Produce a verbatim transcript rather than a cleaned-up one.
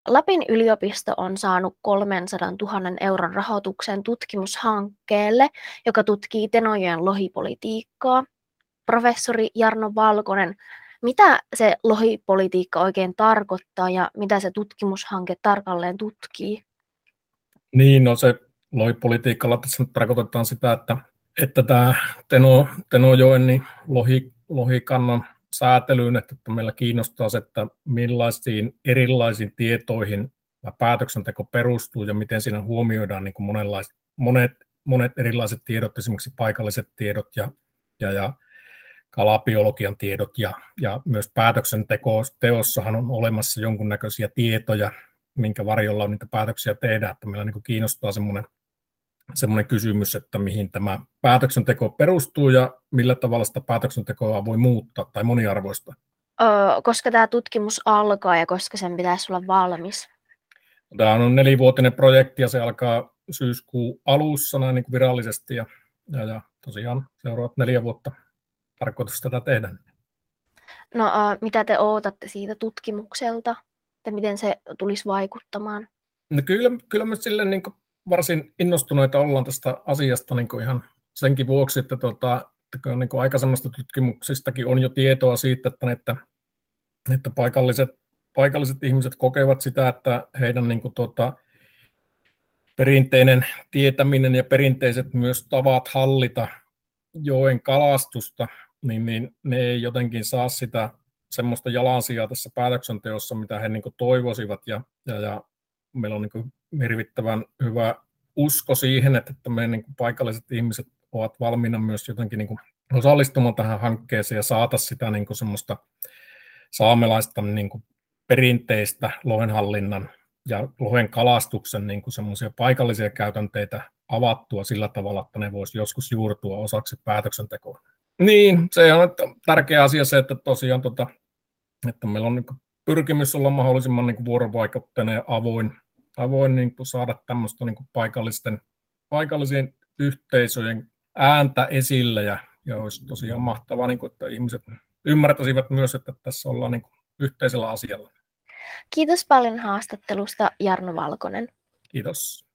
Lapin yliopisto on saanut kolmensadantuhannen euron rahoituksen tutkimushankkeelle, joka tutkii Tenojoen lohipolitiikkaa. Professori Jarno Valkonen, mitä se lohipolitiikka oikein tarkoittaa ja mitä se tutkimushanke tarkalleen tutkii? Niin, no se lohipolitiikalla tässä nyt tarkoitetaan sitä, että, että tämä Teno, Tenojoen niin lohi, lohikannan säätelyyn, että meillä kiinnostaa se, että millaisiin erilaisiin tietoihin päätöksenteko perustuu ja miten siinä huomioidaan niin kuin monet, monet erilaiset tiedot, esimerkiksi paikalliset tiedot ja, ja, ja kalabiologian tiedot ja, ja myös päätöksenteossahan on olemassa jonkunnäköisiä tietoja, minkä varjolla niitä päätöksiä tehdään, että meillä niin kuin kiinnostaa semmoinen, semmoinen kysymys, että mihin tämä päätöksenteko perustuu ja millä tavalla sitä päätöksentekoa voi muuttaa tai moniarvoista. Öö, koska tämä tutkimus alkaa ja koska sen pitäisi olla valmis? Tämä on nelivuotinen projekti ja se alkaa syyskuun alussa näin niin kuin virallisesti ja, ja, ja tosiaan seuraavat neljä vuotta tarkoitus tätä tehdä. No öö, mitä te odotatte siitä tutkimukselta? Että miten se tulisi vaikuttamaan? No kyllä, kyllä me sille niin kuin varsin innostuneita ollaan tästä asiasta niin kuin ihan senkin vuoksi, että, tuota, että niin kuin aikaisemmasta tutkimuksistakin on jo tietoa siitä, että, että, että paikalliset, paikalliset ihmiset kokevat sitä, että heidän niin kuin, tuota, perinteinen tietäminen ja perinteiset myös tavat hallita joen kalastusta, niin, niin ne ei jotenkin saa sitä semmoista jalansijaa tässä päätöksenteossa, mitä he niin kuin toivoisivat, ja, ja, ja meillä on niin kuin hirvittävän hyvä usko siihen, että meidän niin kuin paikalliset ihmiset ovat valmiina myös jotenkin niin kuin osallistumaan tähän hankkeeseen ja saata sitä niin kuin semmoista saamelaista niin kuin perinteistä lohenhallinnan ja lohen kalastuksen niin kuin semmoisia paikallisia käytänteitä avattua sillä tavalla, että ne voisi joskus juurtua osaksi päätöksentekoa. Niin, se on tärkeä asia se, että tosiaan tota, että meillä on niin kuin pyrkimys olla mahdollisimman niin kuin vuorovaikutteinen ja avoin, avoin niin kuin saada tämmöistä niin kuin paikallisten, paikallisen yhteisöjen ääntä esille ja, ja olisi tosiaan mahtavaa, niin kuin, että ihmiset ymmärtäisivät myös, että tässä ollaan niin kuin yhteisellä asialla. Kiitos paljon haastattelusta, Jarno Valkonen. Kiitos.